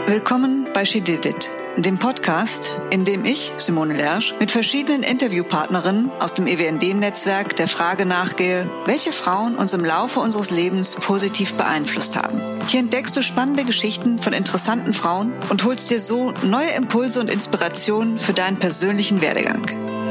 Willkommen bei She Did It, dem Podcast, in dem ich, Simone Lersch, mit verschiedenen Interviewpartnerinnen aus dem EWMD-Netzwerk der Frage nachgehe, welche Frauen uns im Laufe unseres Lebens positiv beeinflusst haben. Hier entdeckst du spannende Geschichten von interessanten Frauen und holst dir so neue Impulse und Inspirationen für deinen persönlichen Werdegang.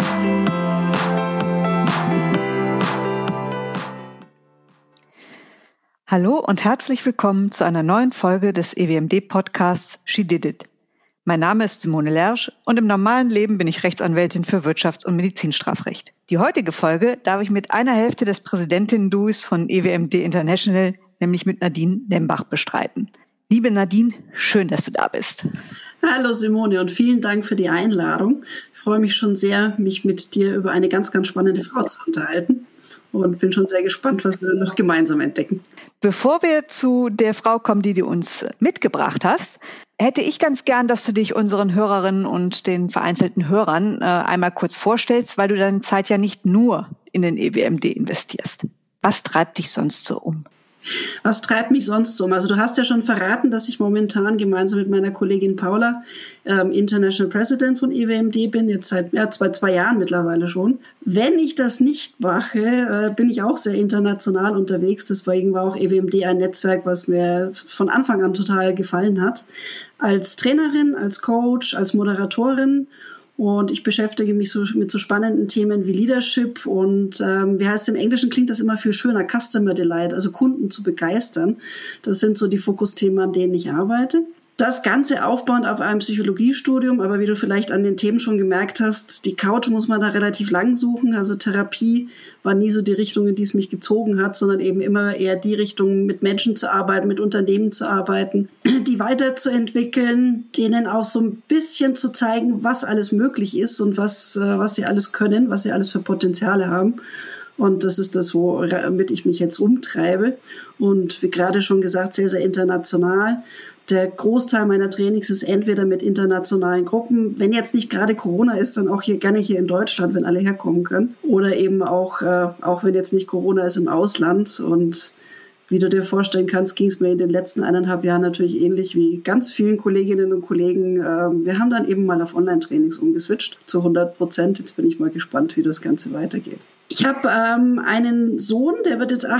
Hallo und herzlich willkommen zu einer neuen Folge des EWMD-Podcasts She Did It. Mein Name ist Simone Lersch und im normalen Leben bin ich Rechtsanwältin für Wirtschafts- und Medizinstrafrecht. Die heutige Folge darf ich mit einer Hälfte des Präsidentinnen-Duos von EWMD International, nämlich mit Nadine Lembach, bestreiten. Liebe Nadine, schön, dass du da bist. Hallo Simone und vielen Dank für die Einladung. Ich freue mich schon sehr, mich mit dir über eine ganz, ganz spannende Frau zu unterhalten. Und bin schon sehr gespannt, was wir noch gemeinsam entdecken. Bevor wir zu der Frau kommen, die du uns mitgebracht hast, hätte ich ganz gern, dass du dich unseren Hörerinnen und den vereinzelten Hörern einmal kurz vorstellst, weil du deine Zeit ja nicht nur in den EWMD investierst. Was treibt dich sonst so um? Was treibt mich sonst so um? Also du hast ja schon verraten, dass ich momentan gemeinsam mit meiner Kollegin Paula International President von EWMD bin, jetzt seit zwei Jahren mittlerweile schon. Wenn ich das nicht mache, bin ich auch sehr international unterwegs. Deswegen war auch EWMD ein Netzwerk, was mir von Anfang an total gefallen hat. Als Trainerin, als Coach, als Moderatorin. Und ich beschäftige mich mit so spannenden Themen wie Leadership und wie heißt es im Englischen, klingt das immer viel schöner, Customer Delight, also Kunden zu begeistern. Das sind so die Fokusthemen, an denen ich arbeite. Das Ganze aufbauend auf einem Psychologiestudium, aber wie du vielleicht an den Themen schon gemerkt hast, die Couch muss man da relativ lang suchen. Also Therapie war nie so die Richtung, in die es mich gezogen hat, sondern eben immer eher die Richtung, mit Menschen zu arbeiten, mit Unternehmen zu arbeiten, die weiterzuentwickeln, denen auch so ein bisschen zu zeigen, was alles möglich ist und was sie alles können, was sie alles für Potenziale haben. Und das ist das, womit ich mich jetzt umtreibe. Und wie gerade schon gesagt, sehr, sehr international. Der Großteil meiner Trainings ist entweder mit internationalen Gruppen, wenn jetzt nicht gerade Corona ist, dann auch gerne hier in Deutschland, wenn alle herkommen können. Oder eben auch wenn jetzt nicht Corona ist, im Ausland. Und wie du dir vorstellen kannst, ging es mir in den letzten 1,5 Jahren natürlich ähnlich wie ganz vielen Kolleginnen und Kollegen. Wir haben dann eben mal auf Online-Trainings umgeswitcht zu 100%. Jetzt bin ich mal gespannt, wie das Ganze weitergeht. Ich habe einen Sohn, der wird jetzt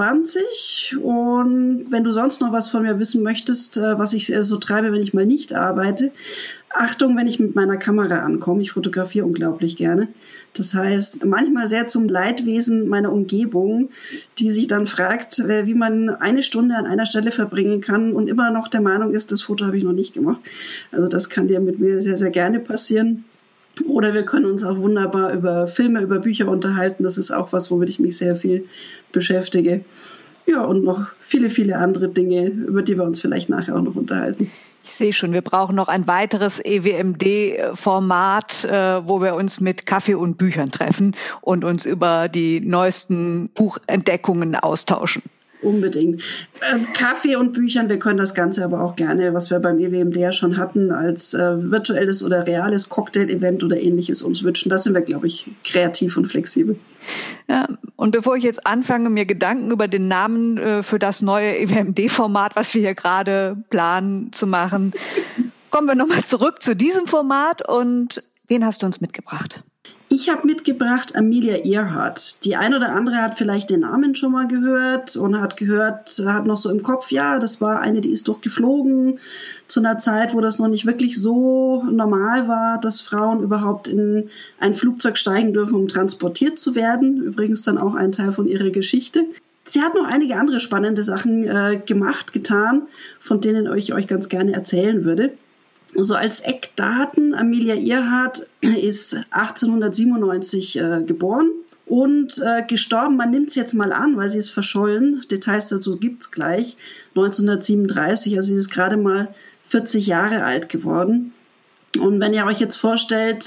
28 und wenn du sonst noch was von mir wissen möchtest, was ich so treibe, wenn ich mal nicht arbeite, Achtung, wenn ich mit meiner Kamera ankomme, ich fotografiere unglaublich gerne. Das heißt, manchmal sehr zum Leidwesen meiner Umgebung, die sich dann fragt, wie man eine Stunde an einer Stelle verbringen kann und immer noch der Meinung ist, das Foto habe ich noch nicht gemacht. Also das kann dir mit mir sehr, sehr gerne passieren. Oder wir können uns auch wunderbar über Filme, über Bücher unterhalten. Das ist auch was, womit ich mich sehr viel beschäftige. Ja, und noch viele, viele andere Dinge, über die wir uns vielleicht nachher auch noch unterhalten. Ich sehe schon, wir brauchen noch ein weiteres EWMD-Format, wo wir uns mit Kaffee und Büchern treffen und uns über die neuesten Buchentdeckungen austauschen. Unbedingt. Kaffee und Büchern, wir können das Ganze aber auch gerne, was wir beim EWMD ja schon hatten, als virtuelles oder reales Cocktail-Event oder ähnliches umswitchen. Da sind wir, glaube ich, kreativ und flexibel. Ja, und bevor ich jetzt anfange, mir Gedanken über den Namen für das neue EWMD-Format, was wir hier gerade planen zu machen, kommen wir nochmal zurück zu diesem Format. Und wen hast du uns mitgebracht? Ich habe mitgebracht Amelia Earhart. Die ein oder andere hat vielleicht den Namen schon mal gehört und hat noch so im Kopf, ja, das war eine, die ist durchgeflogen zu einer Zeit, wo das noch nicht wirklich so normal war, dass Frauen überhaupt in ein Flugzeug steigen dürfen, um transportiert zu werden. Übrigens dann auch ein Teil von ihrer Geschichte. Sie hat noch einige andere spannende Sachen getan, von denen ich euch ganz gerne erzählen würde. So als Eckdaten, Amelia Earhart ist 1897 geboren und gestorben, man nimmt es jetzt mal an, weil sie ist verschollen, Details dazu gibt es gleich, 1937, also sie ist gerade mal 40 Jahre alt geworden. Und wenn ihr euch jetzt vorstellt,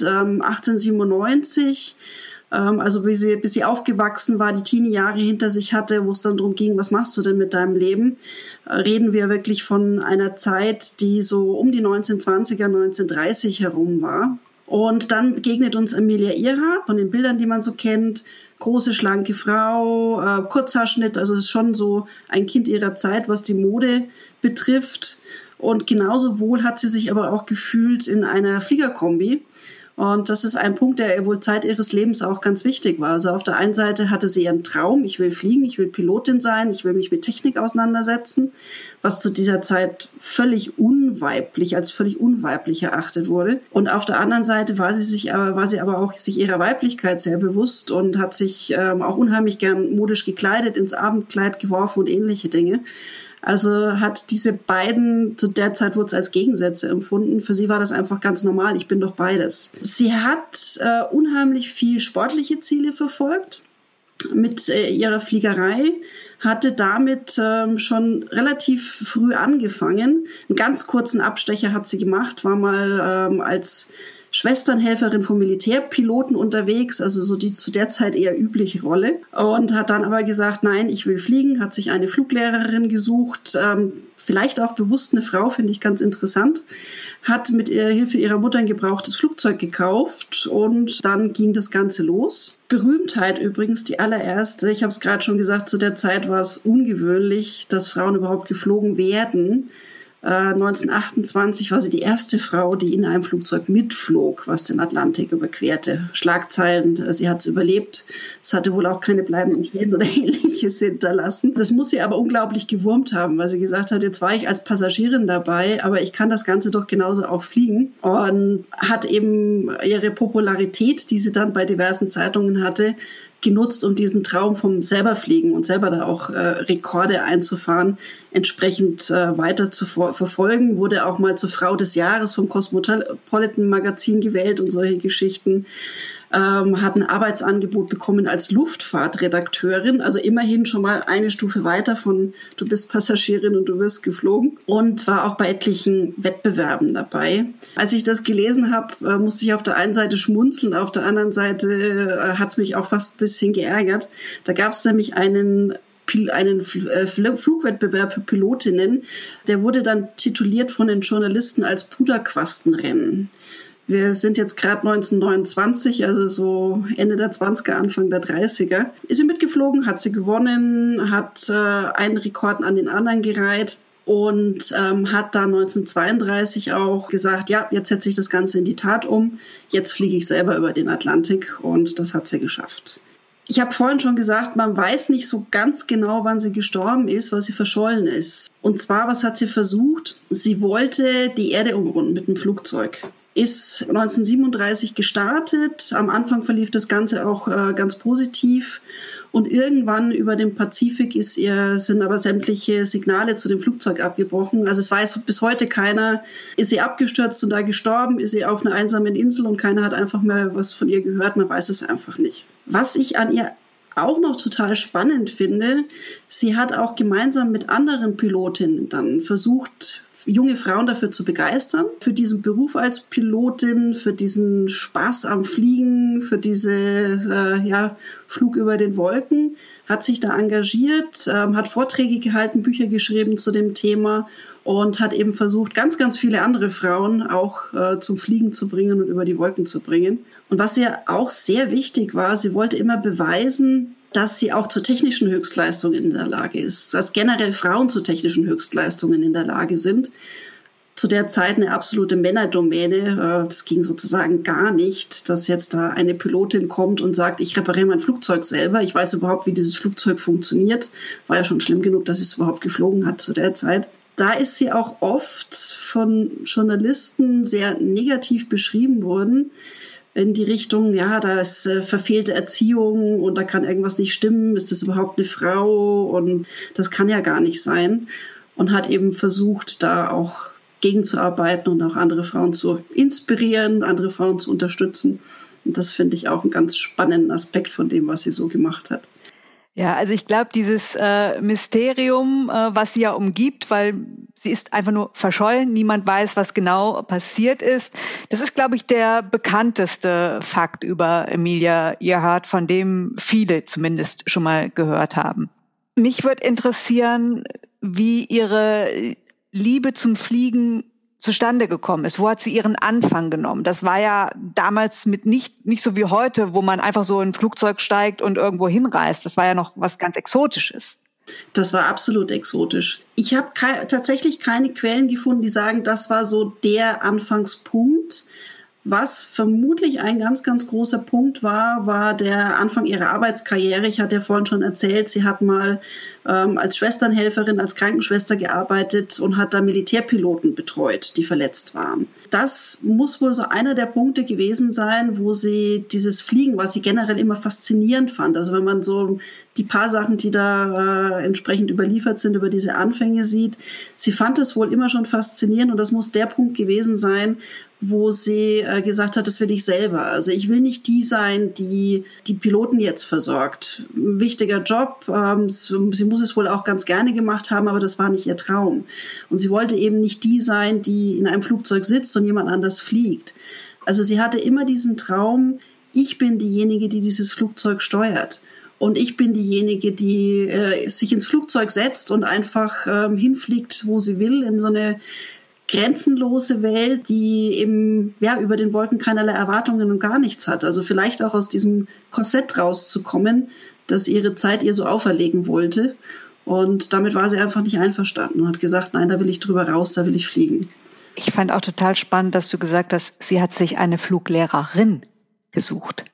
1897, also bis sie aufgewachsen war, die Teenie-Jahre hinter sich hatte, wo es dann darum ging, was machst du denn mit deinem Leben, reden wir wirklich von einer Zeit, die so um die 1920er, 1930 herum war. Und dann begegnet uns Amelia Earhart von den Bildern, die man so kennt. Große, schlanke Frau, Kurzhaarschnitt, also ist schon so ein Kind ihrer Zeit, was die Mode betrifft. Und genauso wohl hat sie sich aber auch gefühlt in einer Fliegerkombi. Und das ist ein Punkt, der ihr wohl Zeit ihres Lebens auch ganz wichtig war. Also auf der einen Seite hatte sie ihren Traum, ich will fliegen, ich will Pilotin sein, ich will mich mit Technik auseinandersetzen, was zu dieser Zeit als völlig unweiblich erachtet wurde. Und auf der anderen Seite war sie aber auch sich ihrer Weiblichkeit sehr bewusst und hat sich auch unheimlich gern modisch gekleidet, ins Abendkleid geworfen und ähnliche Dinge. Also hat diese beiden, zu der Zeit wurde es als Gegensätze empfunden. Für sie war das einfach ganz normal, ich bin doch beides. Sie hat unheimlich viel sportliche Ziele verfolgt mit ihrer Fliegerei, hatte damit schon relativ früh angefangen. Einen ganz kurzen Abstecher hat sie gemacht, war mal als Schwesternhelferin von Militärpiloten unterwegs, also so die zu der Zeit eher übliche Rolle, und hat dann aber gesagt, nein, ich will fliegen, hat sich eine Fluglehrerin gesucht, vielleicht auch bewusst eine Frau, finde ich ganz interessant, hat mit Hilfe ihrer Mutter ein gebrauchtes Flugzeug gekauft und dann ging das Ganze los. Berühmtheit übrigens, die allererste, ich habe es gerade schon gesagt, zu der Zeit war es ungewöhnlich, dass Frauen überhaupt geflogen werden. 1928 war sie die erste Frau, die in einem Flugzeug mitflog, was den Atlantik überquerte. Schlagzeilen, sie hat es überlebt. Es hatte wohl auch keine bleibenden Schäden oder Ähnliches hinterlassen. Das muss sie aber unglaublich gewurmt haben, weil sie gesagt hat, jetzt war ich als Passagierin dabei, aber ich kann das Ganze doch genauso auch fliegen. Und hat eben ihre Popularität, die sie dann bei diversen Zeitungen hatte, genutzt, um diesen Traum vom selberfliegen und selber da auch Rekorde einzufahren, entsprechend weiter zu verfolgen. Wurde auch mal zur Frau des Jahres vom Cosmopolitan Magazin gewählt und solche Geschichten. Hat ein Arbeitsangebot bekommen als Luftfahrtredakteurin, also immerhin schon mal eine Stufe weiter von du bist Passagierin und du wirst geflogen, und war auch bei etlichen Wettbewerben dabei. Als ich das gelesen habe, musste ich auf der einen Seite schmunzeln, auf der anderen Seite hat es mich auch fast ein bisschen geärgert. Da gab es nämlich einen Flugwettbewerb für Pilotinnen, der wurde dann tituliert von den Journalisten als Puderquastenrennen. Wir sind jetzt gerade 1929, also so Ende der 20er, Anfang der 30er. Ist sie mitgeflogen, hat sie gewonnen, hat einen Rekord an den anderen gereiht und hat dann 1932 auch gesagt, ja, jetzt setze ich das Ganze in die Tat um, jetzt fliege ich selber über den Atlantik, und das hat sie geschafft. Ich habe vorhin schon gesagt, man weiß nicht so ganz genau, wann sie gestorben ist, weil sie verschollen ist. Und zwar, was hat sie versucht? Sie wollte die Erde umrunden mit dem Flugzeug. Ist 1937 gestartet. Am Anfang verlief das Ganze auch ganz positiv. Und irgendwann über den Pazifik sind aber sämtliche Signale zu dem Flugzeug abgebrochen. Also es weiß bis heute keiner, ist sie abgestürzt und da gestorben, ist sie auf einer einsamen Insel und keiner hat einfach mehr was von ihr gehört. Man weiß es einfach nicht. Was ich an ihr auch noch total spannend finde, sie hat auch gemeinsam mit anderen Pilotinnen dann versucht, junge Frauen dafür zu begeistern, für diesen Beruf als Pilotin, für diesen Spaß am Fliegen, für diese Flug über den Wolken, hat sich da engagiert, hat Vorträge gehalten, Bücher geschrieben zu dem Thema und hat eben versucht, ganz, ganz viele andere Frauen auch zum Fliegen zu bringen und über die Wolken zu bringen. Und was ihr auch sehr wichtig war, sie wollte immer beweisen, dass sie auch zu technischen Höchstleistungen in der Lage ist, dass generell Frauen zu technischen Höchstleistungen in der Lage sind. Zu der Zeit eine absolute Männerdomäne. Das ging sozusagen gar nicht, dass jetzt da eine Pilotin kommt und sagt, ich repariere mein Flugzeug selber. Ich weiß überhaupt, wie dieses Flugzeug funktioniert. War ja schon schlimm genug, dass sie es überhaupt geflogen hat zu der Zeit. Da ist sie auch oft von Journalisten sehr negativ beschrieben worden, in die Richtung, ja, da ist verfehlte Erziehung und da kann irgendwas nicht stimmen, ist das überhaupt eine Frau und das kann ja gar nicht sein, und hat eben versucht, da auch gegenzuarbeiten und auch andere Frauen zu inspirieren, andere Frauen zu unterstützen, und das finde ich auch einen ganz spannenden Aspekt von dem, was sie so gemacht hat. Ja, also ich glaube, dieses Mysterium, was sie ja umgibt, weil sie ist einfach nur verschollen, niemand weiß, was genau passiert ist. Das ist, glaube ich, der bekannteste Fakt über Amelia Earhart, von dem viele zumindest schon mal gehört haben. Mich würde interessieren, wie ihre Liebe zum Fliegen zustande gekommen ist. Wo hat sie ihren Anfang genommen? Das war ja damals nicht so wie heute, wo man einfach so in ein Flugzeug steigt und irgendwo hinreist. Das war ja noch was ganz Exotisches. Das war absolut exotisch. Ich habe tatsächlich keine Quellen gefunden, die sagen, das war so der Anfangspunkt. Was vermutlich ein ganz, ganz großer Punkt war der Anfang ihrer Arbeitskarriere. Ich hatte ja vorhin schon erzählt, sie hat mal als Schwesternhelferin, als Krankenschwester gearbeitet und hat da Militärpiloten betreut, die verletzt waren. Das muss wohl so einer der Punkte gewesen sein, wo sie dieses Fliegen, was sie generell immer faszinierend fand. Also wenn man so die paar Sachen, die da entsprechend überliefert sind, über diese Anfänge sieht, sie fand es wohl immer schon faszinierend und das muss der Punkt gewesen sein, wo sie gesagt hat, das will ich selber. Also ich will nicht die sein, die die Piloten jetzt versorgt. Ein wichtiger Job, sie muss es wohl auch ganz gerne gemacht haben, aber das war nicht ihr Traum. Und sie wollte eben nicht die sein, die in einem Flugzeug sitzt und jemand anders fliegt. Also sie hatte immer diesen Traum, ich bin diejenige, die dieses Flugzeug steuert. Und ich bin diejenige, die sich ins Flugzeug setzt und einfach hinfliegt, wo sie will, in so eine grenzenlose Welt, die eben über den Wolken keinerlei Erwartungen und gar nichts hat. Also vielleicht auch aus diesem Korsett rauszukommen, das ihre Zeit ihr so auferlegen wollte. Und damit war sie einfach nicht einverstanden und hat gesagt, nein, da will ich drüber raus, da will ich fliegen. Ich fand auch total spannend, dass du gesagt hast, sie hat sich eine Fluglehrerin gesucht.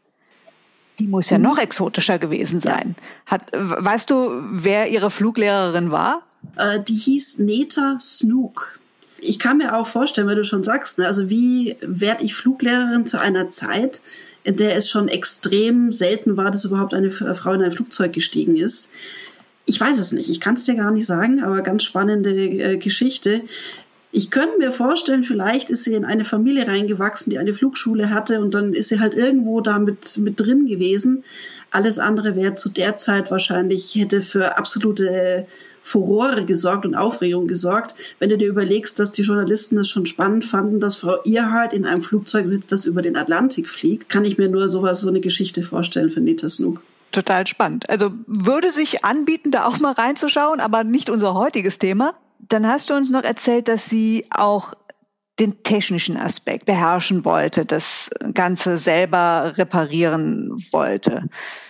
Die muss ja noch exotischer gewesen sein. Weißt du, wer ihre Fluglehrerin war? Die hieß Neta Snook. Ich kann mir auch vorstellen, wenn du schon sagst, ne, also wie werde ich Fluglehrerin zu einer Zeit, in der es schon extrem selten war, dass überhaupt eine Frau in ein Flugzeug gestiegen ist. Ich weiß es nicht, ich kann es dir gar nicht sagen, aber ganz spannende Geschichte. Ich könnte mir vorstellen, vielleicht ist sie in eine Familie reingewachsen, die eine Flugschule hatte und dann ist sie halt irgendwo da mit drin gewesen. Alles andere wäre zu der Zeit wahrscheinlich, hätte für absolute Furore gesorgt und Aufregung gesorgt, wenn du dir überlegst, dass die Journalisten es schon spannend fanden, dass Frau Earhart in einem Flugzeug sitzt, das über den Atlantik fliegt, kann ich mir nur so eine Geschichte vorstellen für Neta Snook. Total spannend. Also würde sich anbieten, da auch mal reinzuschauen, aber nicht unser heutiges Thema. Dann hast du uns noch erzählt, dass sie auch den technischen Aspekt beherrschen wollte, das Ganze selber reparieren wollte.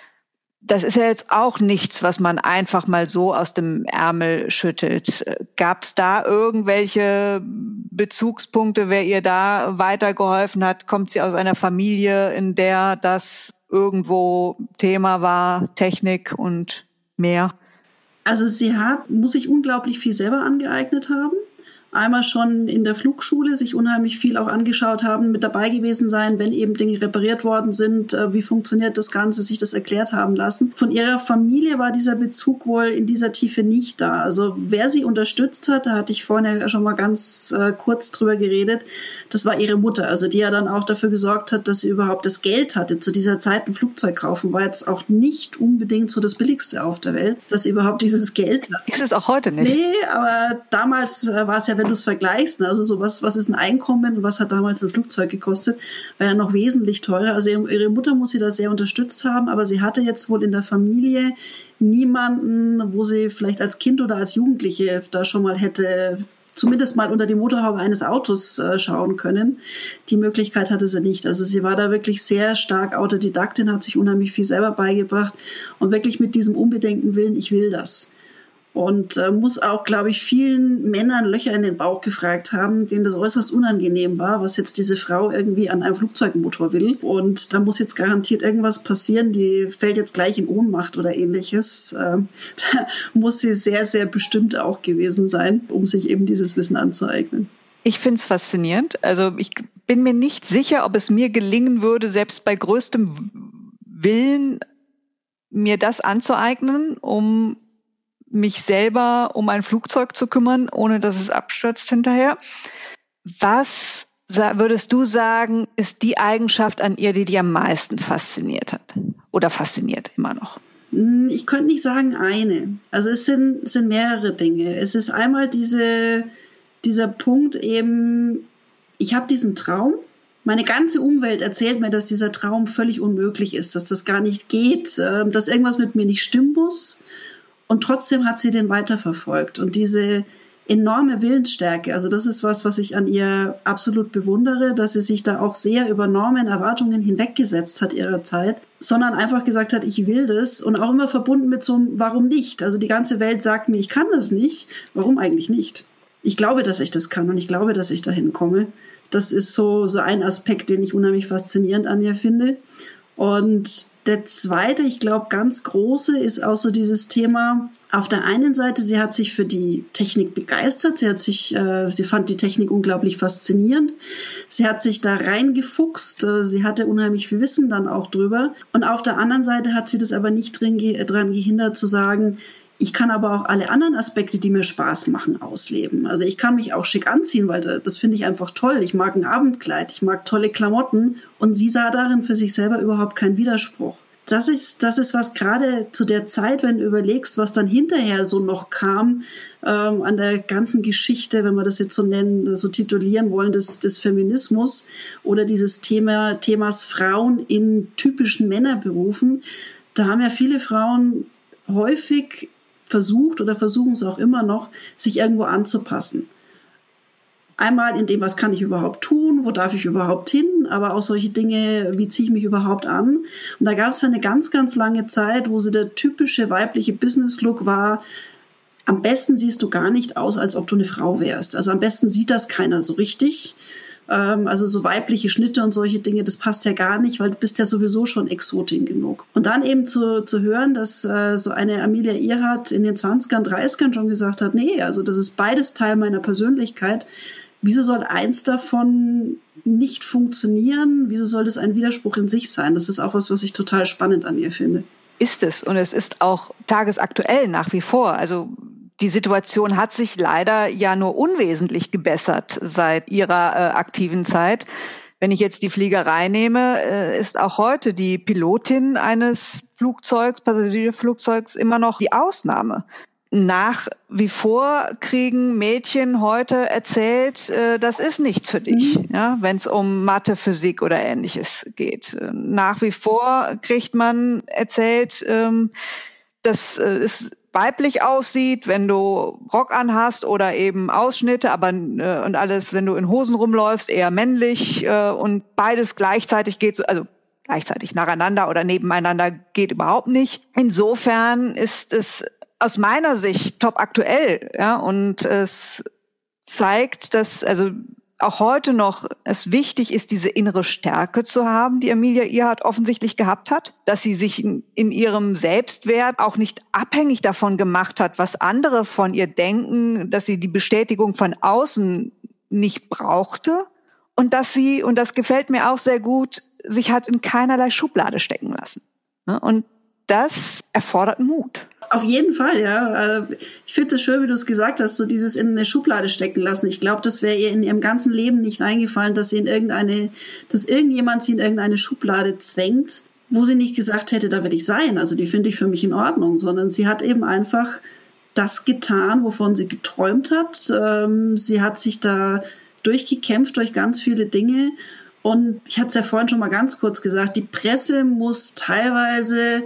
Das ist ja jetzt auch nichts, was man einfach mal so aus dem Ärmel schüttelt. Gab es da irgendwelche Bezugspunkte, wer ihr da weitergeholfen hat? Kommt sie aus einer Familie, in der das irgendwo Thema war, Technik und mehr? Also muss sich unglaublich viel selber angeeignet haben. Einmal schon in der Flugschule sich unheimlich viel auch angeschaut haben, mit dabei gewesen sein, wenn eben Dinge repariert worden sind, wie funktioniert das Ganze, sich das erklärt haben lassen. Von ihrer Familie war dieser Bezug wohl in dieser Tiefe nicht da. Also wer sie unterstützt hat, da hatte ich vorhin ja schon mal ganz kurz drüber geredet, das war ihre Mutter, also die ja dann auch dafür gesorgt hat, dass sie überhaupt das Geld hatte. Zu dieser Zeit ein Flugzeug kaufen war jetzt auch nicht unbedingt so das Billigste auf der Welt, dass sie überhaupt dieses Geld hat. Ist es auch heute nicht? Nee, aber damals war es ja, wenn du es vergleichst, ne, also so was ist ein Einkommen und was hat damals ein Flugzeug gekostet, war ja noch wesentlich teurer. Also ihre Mutter muss sie da sehr unterstützt haben, aber sie hatte jetzt wohl in der Familie niemanden, wo sie vielleicht als Kind oder als Jugendliche da schon mal hätte zumindest mal unter die Motorhaube eines Autos schauen können. Die Möglichkeit hatte sie nicht. Also sie war da wirklich sehr stark Autodidaktin, hat sich unheimlich viel selber beigebracht und wirklich mit diesem unbedingten Willen, ich will das. Und muss auch, glaube ich, vielen Männern Löcher in den Bauch gefragt haben, denen das äußerst unangenehm war, was jetzt diese Frau irgendwie an einem Flugzeugmotor will. Und da muss jetzt garantiert irgendwas passieren, die fällt jetzt gleich in Ohnmacht oder ähnliches. Da muss sie sehr, sehr bestimmt auch gewesen sein, um sich eben dieses Wissen anzueignen. Ich finde es faszinierend. Also ich bin mir nicht sicher, ob es mir gelingen würde, selbst bei größtem Willen, mir das anzueignen, um mich selber um ein Flugzeug zu kümmern, ohne dass es abstürzt hinterher. Was würdest du sagen, ist die Eigenschaft an ihr, die dich am meisten fasziniert hat? Oder fasziniert immer noch? Ich könnte nicht sagen eine. Also es sind mehrere Dinge. Es ist einmal dieser Punkt eben, ich habe diesen Traum. Meine ganze Umwelt erzählt mir, dass dieser Traum völlig unmöglich ist, dass das gar nicht geht, dass irgendwas mit mir nicht stimmen muss. Und trotzdem hat sie den weiterverfolgt. Und diese enorme Willensstärke. Also das ist was ich an ihr absolut bewundere, dass sie sich da auch sehr über Normen, Erwartungen hinweggesetzt hat ihrer Zeit, sondern einfach gesagt hat, ich will das, und auch immer verbunden mit so einem Warum nicht? Also die ganze Welt sagt mir, ich kann das nicht. Warum eigentlich nicht? Ich glaube, dass ich das kann und ich glaube, dass ich dahin komme. Das ist so ein Aspekt, den ich unheimlich faszinierend an ihr finde. Und der zweite, ich glaube, ganz große ist auch so dieses Thema, auf der einen Seite, sie hat sich für die Technik begeistert, sie fand die Technik unglaublich faszinierend, sie hat sich da reingefuchst, sie hatte unheimlich viel Wissen dann auch drüber. Und auf der anderen Seite hat sie das aber nicht dran gehindert zu sagen, ich kann aber auch alle anderen Aspekte, die mir Spaß machen, ausleben. Also ich kann mich auch schick anziehen, weil das finde ich einfach toll. Ich mag ein Abendkleid, ich mag tolle Klamotten. Und sie sah darin für sich selber überhaupt keinen Widerspruch. Das ist was gerade zu der Zeit, wenn du überlegst, was dann hinterher so noch kam an der ganzen Geschichte, wenn wir das jetzt so nennen, so titulieren wollen, des Feminismus oder dieses Themas Frauen in typischen Männerberufen. Da haben ja viele Frauen häufig versucht oder versuchen es auch immer noch, sich irgendwo anzupassen. Einmal in dem, was kann ich überhaupt tun, wo darf ich überhaupt hin, aber auch solche Dinge, wie ziehe ich mich überhaupt an. Und da gab es eine ganz, ganz lange Zeit, wo so der typische weibliche Business-Look war, am besten siehst du gar nicht aus, als ob du eine Frau wärst. Also am besten sieht das keiner so richtig. Also so weibliche Schnitte und solche Dinge, das passt ja gar nicht, weil du bist ja sowieso schon Exotin genug. Und dann eben zu hören, dass so eine Amelia Earhart in den 20ern, 30ern schon gesagt hat, nee, also das ist beides Teil meiner Persönlichkeit. Wieso soll eins davon nicht funktionieren? Wieso soll das ein Widerspruch in sich sein? Das ist auch was ich total spannend an ihr finde. Ist es. Und es ist auch tagesaktuell nach wie vor. Also die Situation hat sich leider ja nur unwesentlich gebessert seit ihrer aktiven Zeit. Wenn ich jetzt die Fliegerei nehme, ist auch heute die Pilotin eines Passagierflugzeugs immer noch die Ausnahme. Nach wie vor kriegen Mädchen heute erzählt, das ist nichts für dich, ja, wenn es um Mathe, Physik oder Ähnliches geht. Nach wie vor kriegt man erzählt, dass es weiblich aussieht, wenn du Rock anhast oder eben Ausschnitte, aber und alles, wenn du in Hosen rumläufst, eher männlich und beides gleichzeitig geht, also gleichzeitig nacheinander oder nebeneinander geht überhaupt nicht. Insofern ist es aus meiner Sicht top aktuell, ja, und es zeigt, dass also auch heute noch es wichtig ist, diese innere Stärke zu haben, die Amelia Earhart offensichtlich gehabt hat, dass sie sich in ihrem Selbstwert auch nicht abhängig davon gemacht hat, was andere von ihr denken, dass sie die Bestätigung von außen nicht brauchte und dass sie, und das gefällt mir auch sehr gut, sich hat in keinerlei Schublade stecken lassen. Und das erfordert Mut. Auf jeden Fall, ja. Ich finde es schön, wie du es gesagt hast, so dieses in eine Schublade stecken lassen. Ich glaube, das wäre ihr in ihrem ganzen Leben nicht eingefallen, dass irgendjemand sie in irgendeine Schublade zwängt, wo sie nicht gesagt hätte, da will ich sein. Also die finde ich für mich in Ordnung, sondern sie hat eben einfach das getan, wovon sie geträumt hat. Sie hat sich da durchgekämpft durch ganz viele Dinge. Und ich hatte es ja vorhin schon mal ganz kurz gesagt, die Presse muss teilweise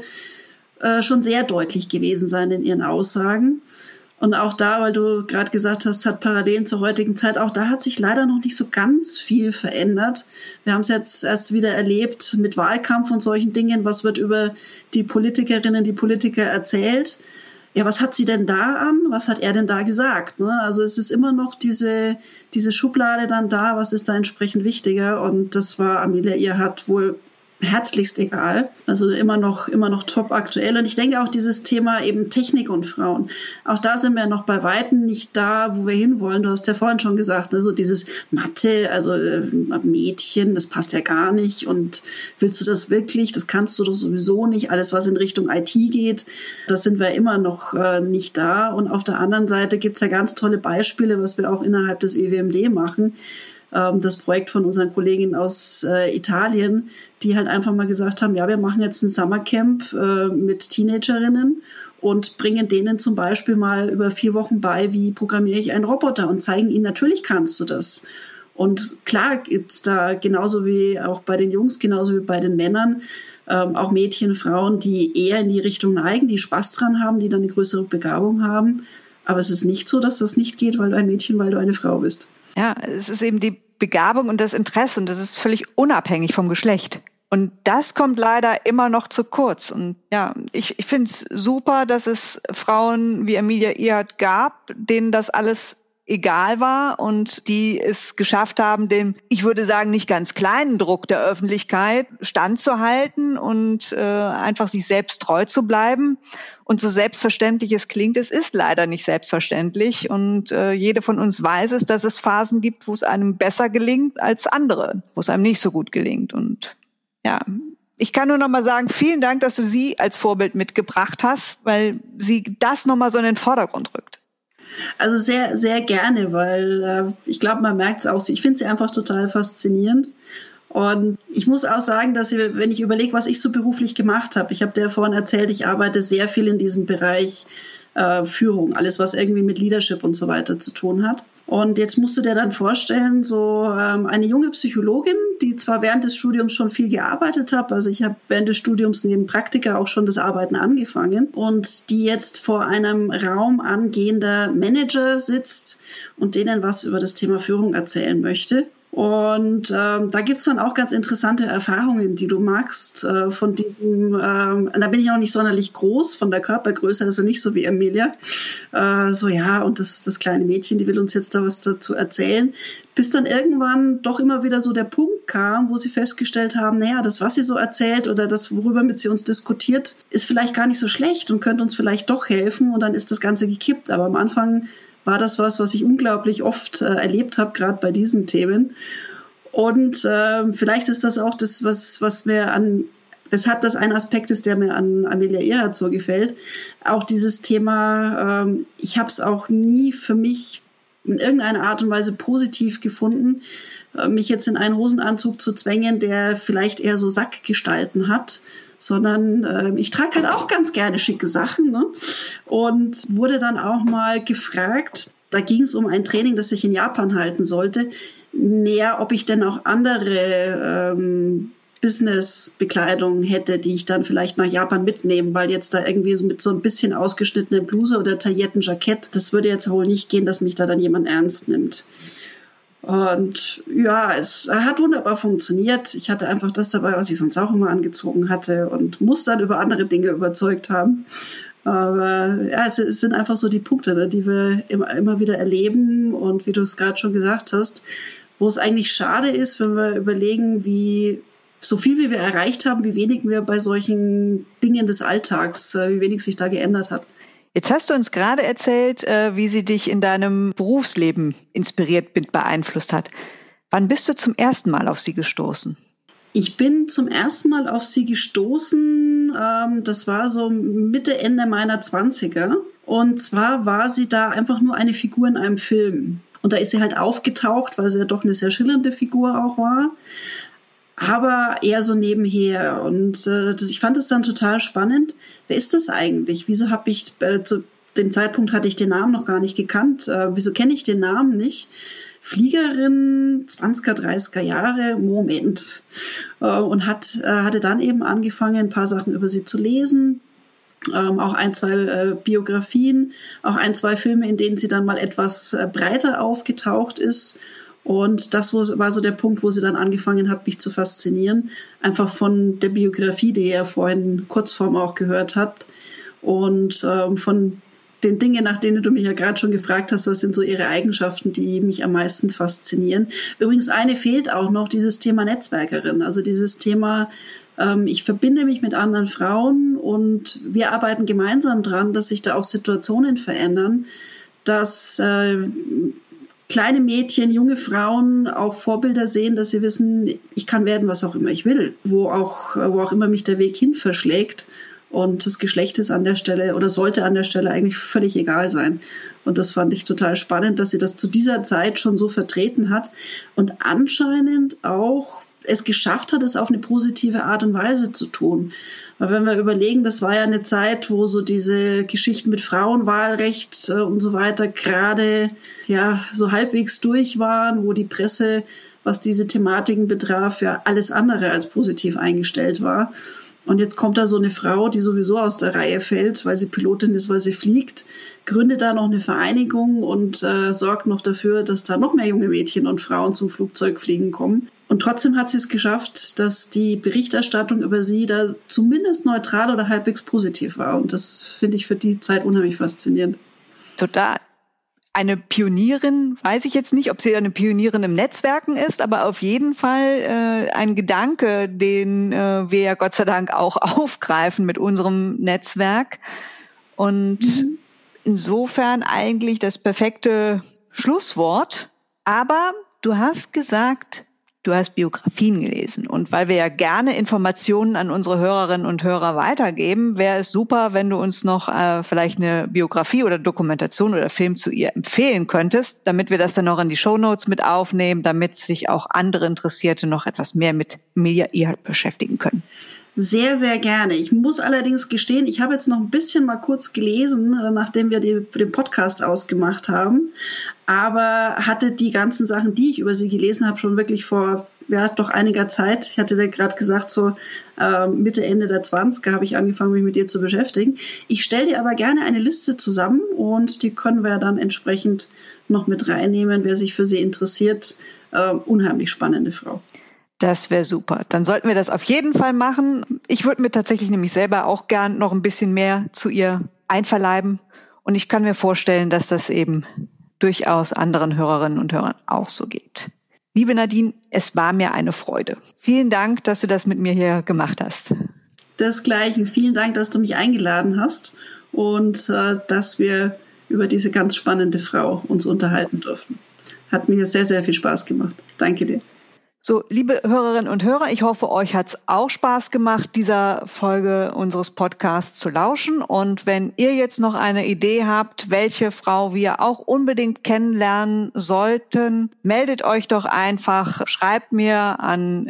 schon sehr deutlich gewesen sein in ihren Aussagen. Und auch da, weil du gerade gesagt hast, hat Parallelen zur heutigen Zeit, auch da hat sich leider noch nicht so ganz viel verändert. Wir haben es jetzt erst wieder erlebt mit Wahlkampf und solchen Dingen. Was wird über die Politikerinnen, die Politiker erzählt? Ja, was hat sie denn da an? Was hat er denn da gesagt? Ne? Also es ist immer noch diese Schublade dann da, was ist da entsprechend wichtiger? Und das war Amelia Earhart wohl herzlichst egal. Also immer noch top aktuell. Und ich denke auch dieses Thema eben Technik und Frauen. Auch da sind wir noch bei Weitem nicht da, wo wir hinwollen. Du hast ja vorhin schon gesagt, also dieses Mathe, also Mädchen, das passt ja gar nicht. Und willst du das wirklich? Das kannst du doch sowieso nicht. Alles, was in Richtung IT geht, das sind wir immer noch nicht da. Und auf der anderen Seite gibt es ja ganz tolle Beispiele, was wir auch innerhalb des EWMD machen. Das Projekt von unseren Kolleginnen aus Italien, die halt einfach mal gesagt haben, ja, wir machen jetzt ein Summercamp mit Teenagerinnen und bringen denen zum Beispiel mal über 4 Wochen bei, wie programmiere ich einen Roboter und zeigen ihnen, natürlich kannst du das. Und klar gibt's da genauso wie auch bei den Jungs, genauso wie bei den Männern, auch Mädchen, Frauen, die eher in die Richtung neigen, die Spaß dran haben, die dann eine größere Begabung haben. Aber es ist nicht so, dass das nicht geht, weil du ein Mädchen, weil du eine Frau bist. Ja, es ist eben die Begabung und das Interesse und das ist völlig unabhängig vom Geschlecht. Und das kommt leider immer noch zu kurz. Und ja, ich finde es super, dass es Frauen wie Amelia Earhart gab, denen das alles egal war und die es geschafft haben, dem, ich würde sagen, nicht ganz kleinen Druck der Öffentlichkeit standzuhalten und einfach sich selbst treu zu bleiben. Und so selbstverständlich es klingt, es ist leider nicht selbstverständlich. Und jede von uns weiß es, dass es Phasen gibt, wo es einem besser gelingt als andere, wo es einem nicht so gut gelingt. Und ja, ich kann nur noch mal sagen, vielen Dank, dass du sie als Vorbild mitgebracht hast, weil sie das noch mal so in den Vordergrund rückt. Also sehr, sehr gerne, weil ich glaube, man merkt es auch. Ich finde sie einfach total faszinierend. Und ich muss auch sagen, dass wenn ich überlege, was ich so beruflich gemacht habe, ich habe dir vorhin erzählt, ich arbeite sehr viel in diesem Bereich Führung, alles, was irgendwie mit Leadership und so weiter zu tun hat. Und jetzt musst du dir dann vorstellen, so eine junge Psychologin, die zwar während des Studiums schon viel gearbeitet hat, also ich habe während des Studiums neben Praktika auch schon das Arbeiten angefangen und die jetzt vor einem Raum angehender Manager sitzt und denen was über das Thema Führung erzählen möchte. Und da gibt's dann auch ganz interessante Erfahrungen, die du machst von diesem, da bin ich auch nicht sonderlich groß, von der Körpergröße, also nicht so wie Amelia. So ja, und das kleine Mädchen, die will uns jetzt da was dazu erzählen. Bis dann irgendwann doch immer wieder so der Punkt kam, wo sie festgestellt haben, naja, das, was sie so erzählt oder das, worüber mit sie uns diskutiert, ist vielleicht gar nicht so schlecht und könnte uns vielleicht doch helfen. Und dann ist das Ganze gekippt. Aber am Anfang war das was ich unglaublich oft erlebt habe, gerade bei diesen Themen. Und vielleicht ist das auch das, was mir weshalb das ein Aspekt ist, der mir an Amelia Earhart so gefällt. Auch dieses Thema, ich habe es auch nie für mich in irgendeiner Art und Weise positiv gefunden, mich jetzt in einen Hosenanzug zu zwängen, der vielleicht eher so Sackgestalten hat, sondern ich trage halt auch ganz gerne schicke Sachen, ne? Und wurde dann auch mal gefragt, da ging es um ein Training, das ich in Japan halten sollte, näher, ob ich denn auch andere Business-Bekleidung hätte, die ich dann vielleicht nach Japan mitnehmen, weil jetzt da irgendwie so mit so ein bisschen ausgeschnittener Bluse oder taillierten Jackett, das würde jetzt wohl nicht gehen, dass mich da dann jemand ernst nimmt. Und ja, es hat wunderbar funktioniert. Ich hatte einfach das dabei, was ich sonst auch immer angezogen hatte und muss dann über andere Dinge überzeugt haben. Aber ja, es sind einfach so die Punkte, ne, die wir immer wieder erleben und wie du es gerade schon gesagt hast, wo es eigentlich schade ist, wenn wir überlegen, wie so viel wie wir erreicht haben, wie wenig wir bei solchen Dingen des Alltags, wie wenig sich da geändert hat. Jetzt hast du uns gerade erzählt, wie sie dich in deinem Berufsleben inspiriert beeinflusst hat. Wann bist du zum ersten Mal auf sie gestoßen? Ich bin zum ersten Mal auf sie gestoßen, das war so Mitte, Ende meiner 20er. Und zwar war sie da einfach nur eine Figur in einem Film. Und da ist sie halt aufgetaucht, weil sie ja doch eine sehr schillernde Figur auch war. Aber eher so nebenher. Und ich fand das dann total spannend. Wer ist das eigentlich? Wieso habe ich, zu dem Zeitpunkt hatte ich den Namen noch gar nicht gekannt. Wieso kenne ich den Namen nicht? Fliegerin, 20er, 30er Jahre, Moment. Und hatte dann eben angefangen, ein paar Sachen über sie zu lesen. Auch ein, zwei Biografien, auch ein, zwei Filme, in denen sie dann mal etwas breiter aufgetaucht ist. Und das war so der Punkt, wo sie dann angefangen hat, mich zu faszinieren. Einfach von der Biografie, die ihr vorhin Kurzform auch gehört habt. Und von den Dingen, nach denen du mich ja gerade schon gefragt hast, was sind so ihre Eigenschaften, die mich am meisten faszinieren. Übrigens, eine fehlt auch noch, dieses Thema Netzwerkerin. Also dieses Thema, ich verbinde mich mit anderen Frauen und wir arbeiten gemeinsam dran, dass sich da auch Situationen verändern, dass kleine Mädchen, junge Frauen auch Vorbilder sehen, dass sie wissen, ich kann werden, was auch immer ich will, wo auch immer mich der Weg hin verschlägt. Und das Geschlecht ist an der Stelle oder sollte an der Stelle eigentlich völlig egal sein. Und das fand ich total spannend, dass sie das zu dieser Zeit schon so vertreten hat und anscheinend auch es geschafft hat, es auf eine positive Art und Weise zu tun. Weil wenn wir überlegen, das war ja eine Zeit, wo so diese Geschichten mit Frauenwahlrecht und so weiter gerade ja so halbwegs durch waren, wo die Presse, was diese Thematiken betraf, ja alles andere als positiv eingestellt war. Und jetzt kommt da so eine Frau, die sowieso aus der Reihe fällt, weil sie Pilotin ist, weil sie fliegt, gründet da noch eine Vereinigung und sorgt noch dafür, dass da noch mehr junge Mädchen und Frauen zum Flugzeugfliegen kommen. Und trotzdem hat sie es geschafft, dass die Berichterstattung über sie da zumindest neutral oder halbwegs positiv war. Und das finde ich für die Zeit unheimlich faszinierend. Total. Eine Pionierin, weiß ich jetzt nicht, ob sie eine Pionierin im Netzwerken ist, aber auf jeden Fall ein Gedanke, den wir ja Gott sei Dank auch aufgreifen mit unserem Netzwerk. Und insofern eigentlich das perfekte Schlusswort. Aber du hast gesagt, du hast Biografien gelesen. Und weil wir ja gerne Informationen an unsere Hörerinnen und Hörer weitergeben, wäre es super, wenn du uns noch vielleicht eine Biografie oder Dokumentation oder Film zu ihr empfehlen könntest, damit wir das dann noch in die Shownotes mit aufnehmen, damit sich auch andere Interessierte noch etwas mehr mit Emilia Earhart beschäftigen können. Sehr, sehr gerne. Ich muss allerdings gestehen, ich habe jetzt noch ein bisschen mal kurz gelesen, nachdem wir den Podcast ausgemacht haben, aber hatte die ganzen Sachen, die ich über sie gelesen habe, schon wirklich vor doch einiger Zeit. Ich hatte dir gerade gesagt, so Mitte, Ende der 20er habe ich angefangen, mich mit ihr zu beschäftigen. Ich stelle dir aber gerne eine Liste zusammen und die können wir dann entsprechend noch mit reinnehmen, wer sich für sie interessiert. Unheimlich spannende Frau. Das wäre super. Dann sollten wir das auf jeden Fall machen. Ich würde mir tatsächlich nämlich selber auch gern noch ein bisschen mehr zu ihr einverleiben. Und ich kann mir vorstellen, dass das eben durchaus anderen Hörerinnen und Hörern auch so geht. Liebe Nadine, es war mir eine Freude. Vielen Dank, dass du das mit mir hier gemacht hast. Desgleichen. Vielen Dank, dass du mich eingeladen hast und dass wir über diese ganz spannende Frau uns unterhalten durften. Hat mir sehr, sehr viel Spaß gemacht. Danke dir. So, liebe Hörerinnen und Hörer, ich hoffe, euch hat's auch Spaß gemacht, dieser Folge unseres Podcasts zu lauschen. Und wenn ihr jetzt noch eine Idee habt, welche Frau wir auch unbedingt kennenlernen sollten, meldet euch doch einfach, schreibt mir an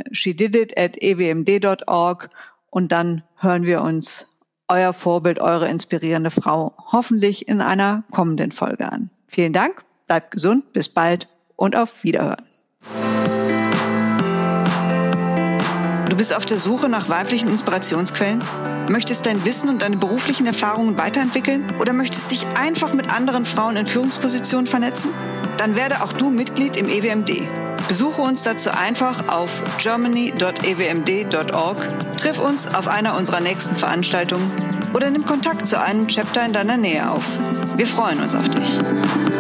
shedidit@ewmd.org und dann hören wir uns euer Vorbild, eure inspirierende Frau hoffentlich in einer kommenden Folge an. Vielen Dank, bleibt gesund, bis bald und auf Wiederhören. Du bist auf der Suche nach weiblichen Inspirationsquellen? Möchtest dein Wissen und deine beruflichen Erfahrungen weiterentwickeln? Oder möchtest dich einfach mit anderen Frauen in Führungspositionen vernetzen? Dann werde auch du Mitglied im EWMD. Besuche uns dazu einfach auf germany.ewmd.org, triff uns auf einer unserer nächsten Veranstaltungen oder nimm Kontakt zu einem Chapter in deiner Nähe auf. Wir freuen uns auf dich.